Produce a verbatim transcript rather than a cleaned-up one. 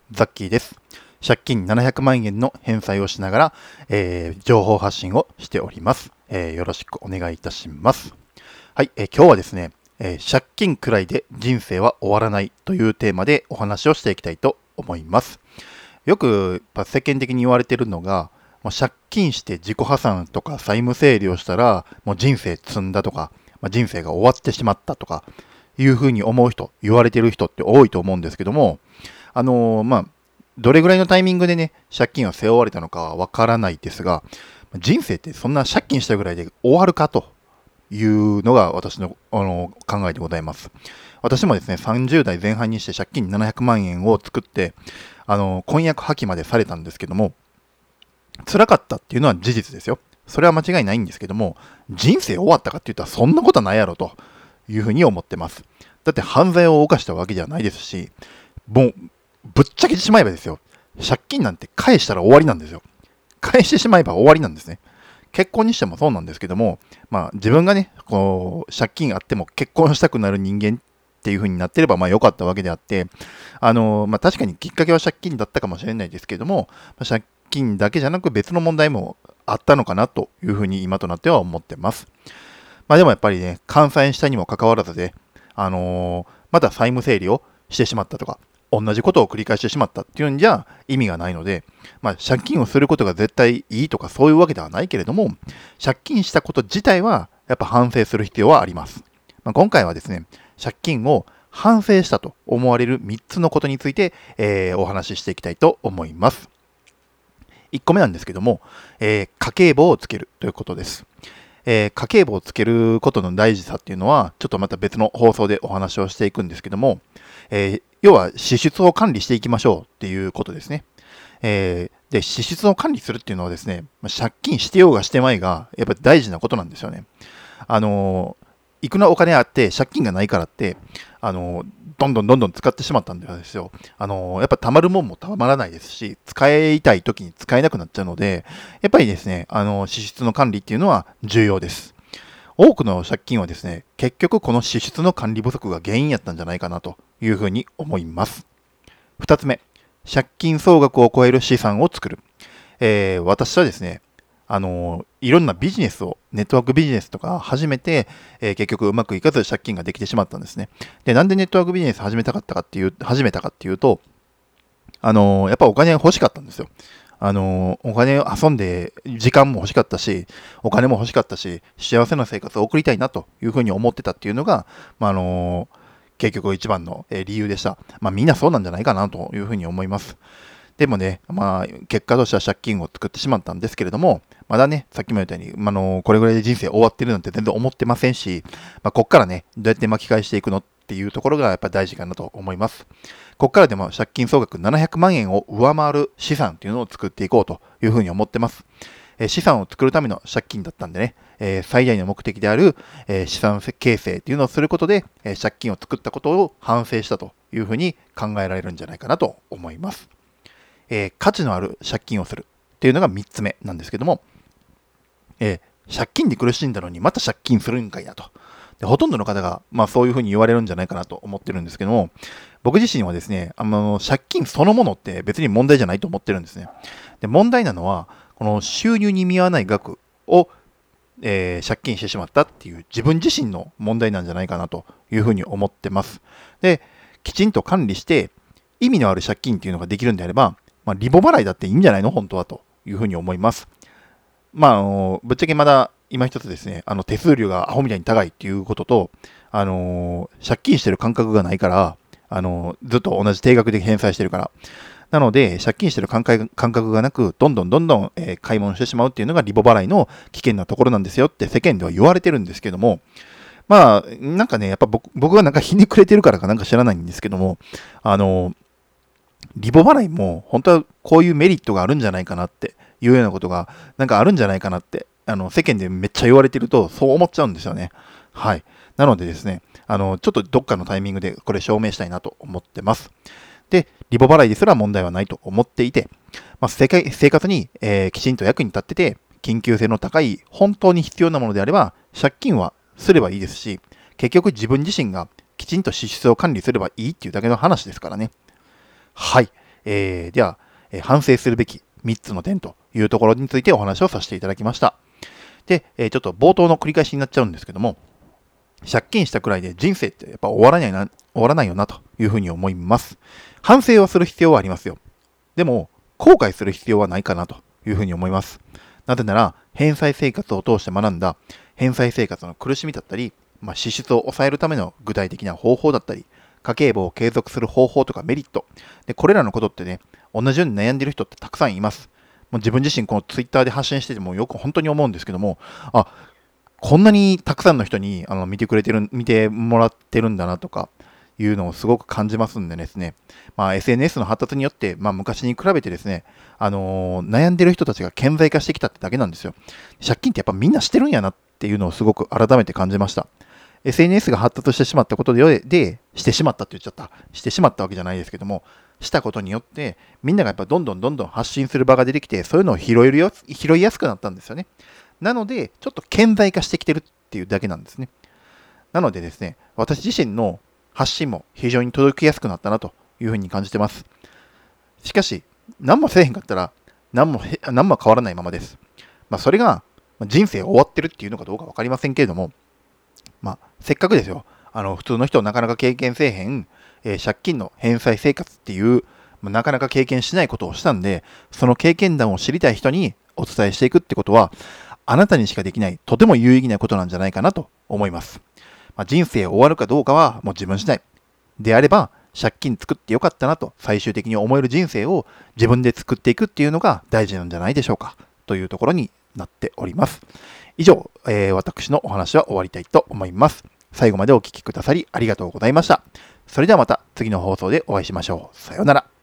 ザッキーです。借金ななひゃくまん円の返済をしながら、えー情報発信をしております、えーよろしくお願いいたします。はい、えー今日はですね、えー借金くらいで人生は終わらないというテーマでお話をしていきたいと思います。よくやっぱ世間的に言われているのが、もう借金して自己破産とか債務整理をしたら、もう人生積んだとか、まあ、人生が終わってしまったとか、いうふうに思う人、言われている人って多いと思うんですけども、あのーまあ、どれぐらいのタイミングでね、借金を背負われたのかはわからないですが、人生ってそんな借金したぐらいで終わるかというのが私の、あの考えでございます。私もですね、さんじゅう代前半にして借金ななひゃくまん円を作って、あの婚約破棄までされたんですけども、辛かったっていうのは事実ですよ。それは間違いないんですけども、人生終わったかって言ったらそんなことはないやろというふうに思ってます。だって犯罪を犯したわけじゃないですし、もうぶっちゃけてしまえばですよ、借金なんて返したら終わりなんですよ。返してしまえば終わりなんですね。結婚にしてもそうなんですけども、まあ自分がね、こう、借金あっても結婚したくなる人間っていう風になってればまあ良かったわけであって、あの、まあ確かにきっかけは借金だったかもしれないですけども、借金だけじゃなく別の問題もあったのかなという風に今となっては思ってます。まあでもやっぱりね、完済したにもかかわらずで、あのーまた債務整理をしてしまったとか、同じことを繰り返してしまったっていうんじゃ意味がないので、まあ、借金をすることが絶対いいとかそういうわけではないけれども、借金したこと自体はやっぱ反省する必要はあります。まあ、今回はですね、借金を反省したと思われるみっつのことについて、えーお話ししていきたいと思います。いっこめなんですけども、えー家計簿をつけるということです。えー家計簿をつけることの大事さっていうのは、ちょっとまた別の放送でお話をしていくんですけども、えー要は支出を管理していきましょうっていうことですね。えーで、支出を管理するっていうのはですね、借金してようがしてまいが、やっぱり大事なことなんですよね。あのーいくらお金あって借金がないからって、あのーどんどんどんどん使ってしまったんですよ。あのーやっぱ貯まるもんも貯まらないですし、使いたい時に使えなくなっちゃうので、やっぱりですね、あのー支出の管理っていうのは重要です。多くの借金はですね、結局この支出の管理不足が原因やったんじゃないかなというふうに思います。二つ目、借金総額を超える資産を作る。えー私はですね、あのーいろんなビジネスを、ネットワークビジネスとか始めて、えー結局うまくいかず借金ができてしまったんですね。で、なんでネットワークビジネス始めたかったかっていう、始めたかっていうと、あのーやっぱお金欲しかったんですよ。あのーお金を遊んで時間も欲しかったし、お金も欲しかったし、幸せな生活を送りたいなというふうに思ってたっていうのが、まあ、あのー結局一番のえー理由でした。まあみんなそうなんじゃないかなというふうに思います。でもね、まあ結果としては借金を作ってしまったんですけれども、まだね、さっきも言ったように、まあのーこれぐらいで人生終わってるなんて全然思ってませんし、まあこっからね、どうやって巻き返していくのっていうところがやっぱり大事かなと思います。ここからでも借金総額ななひゃくまん円を上回る資産っていうのを作っていこうというふうに思ってます。えー資産を作るための借金だったんでね、えー最大の目的である、えー資産形成っていうのをすることで、えー借金を作ったことを反省したというふうに考えられるんじゃないかなと思います。えー価値のある借金をするっていうのがみっつめなんですけども、えー借金で苦しんだのにまた借金するんかいなと。でほとんどの方が、まあ、そういうふうに言われるんじゃないかなと思ってるんですけども、僕自身はですね、あの借金そのものって別に問題じゃないと思ってるんですね。で問題なのは、この収入に見合わない額を、えー借金してしまったっていう自分自身の問題なんじゃないかなというふうに思ってます。で、きちんと管理して意味のある借金っていうのができるんであれば、まあ、リボ払いだっていいんじゃないの本当はというふうに思います。まあ、あの、ぶっちゃけまだ今一つですね、あの、手数料がアホみたいに高いっていうことと、あの、借金してる感覚がないから、あの、ずっと同じ定額で返済してるから。なので、借金してる感覚感覚がなく、どんどんどんどん、えー買い物してしまうっていうのがリボ払いの危険なところなんですよって世間では言われてるんですけども、まあ、なんかね、やっぱ僕僕がなんかひねくれてるからかなんか知らないんですけども、あの、リボ払いも本当はこういうメリットがあるんじゃないかなっていうようなことがなんかあるんじゃないかなってあの世間でめっちゃ言われてるとそう思っちゃうんですよね。はい。なのでですね、あのちょっとどっかのタイミングでこれ証明したいなと思ってます。で、リボ払いですら問題はないと思っていて、まあ、生活に、えーきちんと役に立ってて、緊急性の高い本当に必要なものであれば借金はすればいいですし、結局自分自身がきちんと支出を管理すればいいっていうだけの話ですからね。はい。 えー、では、えー反省するべきみっつの点というところについてお話をさせていただきました。で、えーちょっと冒頭の繰り返しになっちゃうんですけども、借金したくらいで人生ってやっぱ終わらないな、終わらないよなというふうに思います。反省はする必要はありますよ。でも、後悔する必要はないかなというふうに思います。なぜなら、返済生活を通して学んだ返済生活の苦しみだったり、まあ、支出を抑えるための具体的な方法だったり、家計簿を継続する方法とかメリット。で、これらのことってね、同じように悩んでる人ってたくさんいます。もう自分自身このツイッターで発信しててもよく本当に思うんですけども、あ、こんなにたくさんの人にあの見てくれてる、見てもらってるんだなとかいうのをすごく感じますんでですね、まあ、エスエヌエス の発達によって、まあ、昔に比べてですね、あのー悩んでる人たちが顕在化してきたってだけなんですよ。借金ってやっぱみんなしてるんやなっていうのをすごく改めて感じました。エスエヌエス が発達してしまったことで、で、してしまったって言っちゃった。してしまったわけじゃないですけども、したことによって、みんながやっぱどんどんどんどん発信する場が出てきて、そういうのを拾えるよ、拾いやすくなったんですよね。なので、ちょっと顕在化してきてるっていうだけなんですね。なのでですね、私自身の発信も非常に届きやすくなったなというふうに感じてます。しかし、何もせえへんかったら、何もへ何も変わらないままです。まあ、それがまあ人生終わってるっていうのかどうか分かりませんけれども、まあ、せっかくですよ、あの普通の人はなかなか経験せえへん、えー借金の返済生活っていう、まあなかなか経験しないことをしたんで、その経験談を知りたい人にお伝えしていくってことは、あなたにしかできない、とても有意義なことなんじゃないかなと思います。まあ、人生終わるかどうかはもう自分次第。であれば、借金作ってよかったなと最終的に思える人生を自分で作っていくっていうのが大事なんじゃないでしょうかというところになっております。以上、えー私のお話は終わりたいと思います。最後までお聞きくださりありがとうございました。それではまた次の放送でお会いしましょう。さようなら。